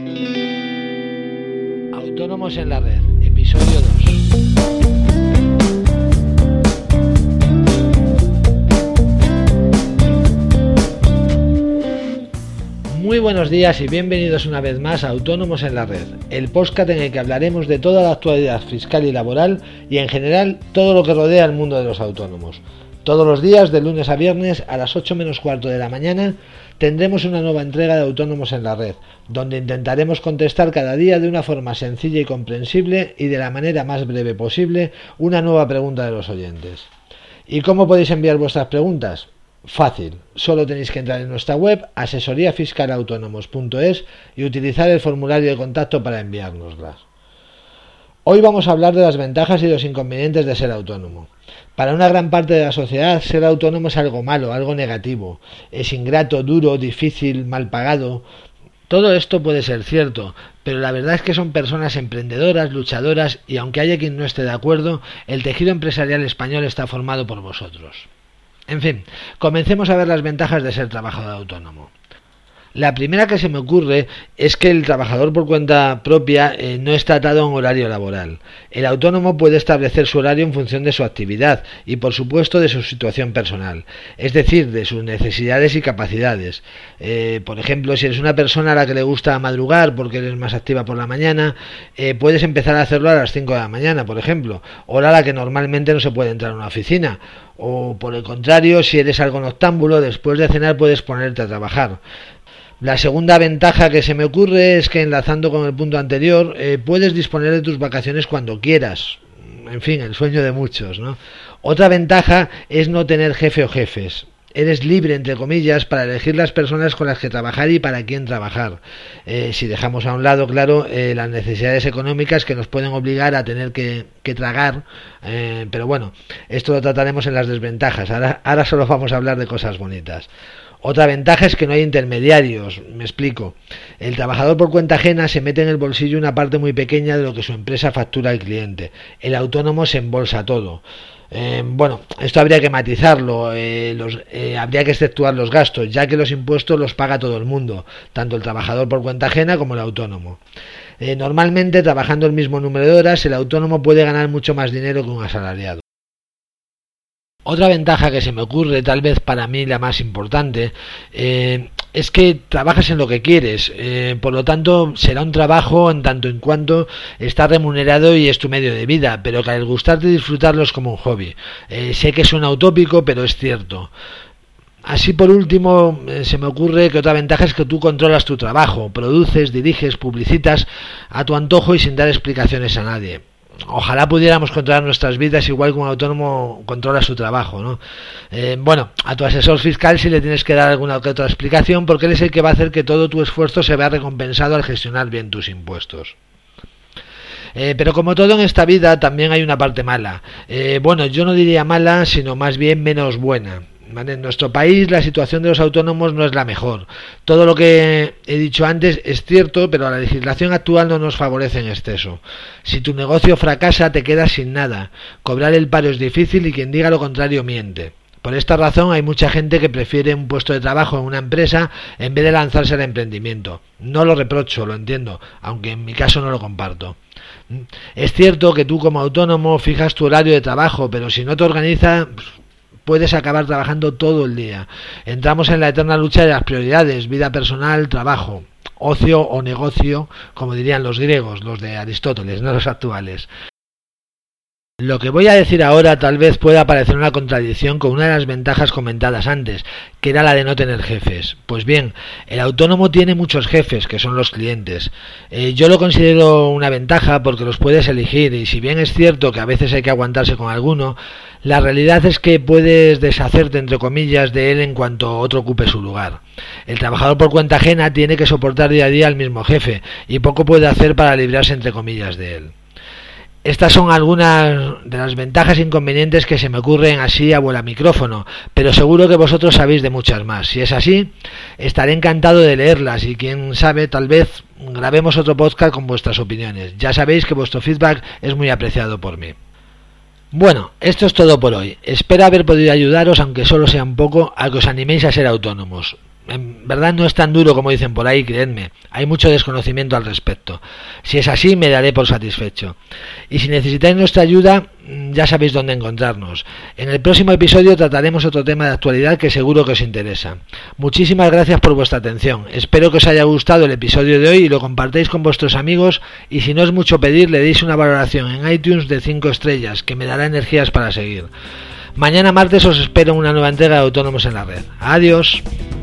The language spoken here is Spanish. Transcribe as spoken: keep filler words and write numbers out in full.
Autónomos en la Red, episodio dos. Muy buenos días y bienvenidos una vez más a Autónomos en la Red, el podcast en el que hablaremos de toda la actualidad fiscal y laboral y en general todo lo que rodea el mundo de los autónomos. Todos los días, de lunes a viernes, a las ocho menos cuarto de la mañana, tendremos una nueva entrega de Autónomos en la Red, donde intentaremos contestar cada día de una forma sencilla y comprensible y de la manera más breve posible una nueva pregunta de los oyentes. ¿Y cómo podéis enviar vuestras preguntas? Fácil, solo tenéis que entrar en nuestra web asesoría fiscal autónomos punto es y utilizar el formulario de contacto para enviárnoslas. Hoy vamos a hablar de las ventajas y los inconvenientes de ser autónomo. Para una gran parte de la sociedad, ser autónomo es algo malo, algo negativo. Es ingrato, duro, difícil, mal pagado. Todo esto puede ser cierto, pero la verdad es que son personas emprendedoras, luchadoras y aunque haya quien no esté de acuerdo, el tejido empresarial español está formado por vosotros. En fin, comencemos a ver las ventajas de ser trabajador autónomo. La primera que se me ocurre es que el trabajador por cuenta propia eh, no está atado a un horario laboral. El autónomo puede establecer su horario en función de su actividad y por supuesto de su situación personal, es decir, de sus necesidades y capacidades. Eh, por ejemplo, si eres una persona a la que le gusta madrugar porque eres más activa por la mañana, eh, puedes empezar a hacerlo a las cinco de la mañana, por ejemplo, hora a la que normalmente no se puede entrar a una oficina. O por el contrario, si eres algo noctámbulo, después de cenar puedes ponerte a trabajar. La segunda ventaja que se me ocurre es que, enlazando con el punto anterior, eh, puedes disponer de tus vacaciones cuando quieras. En fin, el sueño de muchos, ¿no? Otra ventaja es no tener jefe o jefes. Eres libre, entre comillas, para elegir las personas con las que trabajar y para quién trabajar. Eh, si dejamos a un lado, claro, eh, las necesidades económicas que nos pueden obligar a tener que, que tragar. Eh, pero bueno, esto lo trataremos en las desventajas. Ahora, ahora solo vamos a hablar de cosas bonitas. Otra ventaja es que no hay intermediarios, me explico. El trabajador por cuenta ajena se mete en el bolsillo una parte muy pequeña de lo que su empresa factura al cliente. El autónomo se embolsa todo. Eh, bueno, esto habría que matizarlo, eh, los, eh, habría que exceptuar los gastos, ya que los impuestos los paga todo el mundo, tanto el trabajador por cuenta ajena como el autónomo. Eh, normalmente, trabajando el mismo número de horas, el autónomo puede ganar mucho más dinero que un asalariado. Otra ventaja que se me ocurre, tal vez para mí la más importante, eh, es que trabajas en lo que quieres, eh, por lo tanto será un trabajo en tanto en cuanto está remunerado y es tu medio de vida, pero que al gustarte disfrutarlo es como un hobby. Eh, sé que suena utópico, pero es cierto. Así por último, eh, se me ocurre que otra ventaja es que tú controlas tu trabajo, produces, diriges, publicitas a tu antojo y sin dar explicaciones a nadie. Ojalá pudiéramos controlar nuestras vidas igual que un autónomo controla su trabajo, ¿no? Eh, bueno, a tu asesor fiscal sí le tienes que dar alguna que otra explicación porque él es el que va a hacer que todo tu esfuerzo se vea recompensado al gestionar bien tus impuestos. Eh, pero como todo en esta vida también hay una parte mala. Eh, bueno, yo no diría mala, sino más bien menos buena. ¿Vale? En nuestro país la situación de los autónomos no es la mejor. Todo lo que he dicho antes es cierto, pero la legislación actual no nos favorece en exceso. Si tu negocio fracasa, te quedas sin nada. Cobrar el paro es difícil y quien diga lo contrario miente. Por esta razón hay mucha gente que prefiere un puesto de trabajo en una empresa en vez de lanzarse al emprendimiento. No lo reprocho, lo entiendo, aunque en mi caso no lo comparto. Es cierto que tú como autónomo fijas tu horario de trabajo, pero si no te organizas, puedes acabar trabajando todo el día. Entramos en la eterna lucha de las prioridades, vida personal, trabajo, ocio o negocio, como dirían los griegos, los de Aristóteles, no los actuales. Lo que voy a decir ahora tal vez pueda parecer una contradicción con una de las ventajas comentadas antes, que era la de no tener jefes. Pues bien, el autónomo tiene muchos jefes, que son los clientes. Eh, yo lo considero una ventaja porque los puedes elegir y si bien es cierto que a veces hay que aguantarse con alguno, la realidad es que puedes deshacerte entre comillas de él en cuanto otro ocupe su lugar. El trabajador por cuenta ajena tiene que soportar día a día al mismo jefe y poco puede hacer para librarse entre comillas de él. Estas son algunas de las ventajas e inconvenientes que se me ocurren así a vuela micrófono, pero seguro que vosotros sabéis de muchas más. Si es así, estaré encantado de leerlas y quién sabe, tal vez grabemos otro podcast con vuestras opiniones. Ya sabéis que vuestro feedback es muy apreciado por mí. Bueno, esto es todo por hoy. Espero haber podido ayudaros, aunque solo sea un poco, a que os animéis a ser autónomos. En verdad no es tan duro como dicen por ahí, creedme. Hay mucho desconocimiento al respecto. Si es así, me daré por satisfecho. Y si necesitáis nuestra ayuda, ya sabéis dónde encontrarnos. En el próximo episodio trataremos otro tema de actualidad que seguro que os interesa. Muchísimas gracias por vuestra atención. Espero que os haya gustado el episodio de hoy y lo compartáis con vuestros amigos, y si no es mucho pedir, le deis una valoración en iTunes de cinco estrellas, que me dará energías para seguir. Mañana martes os espero en una nueva entrega de Autónomos en la Red. Adiós.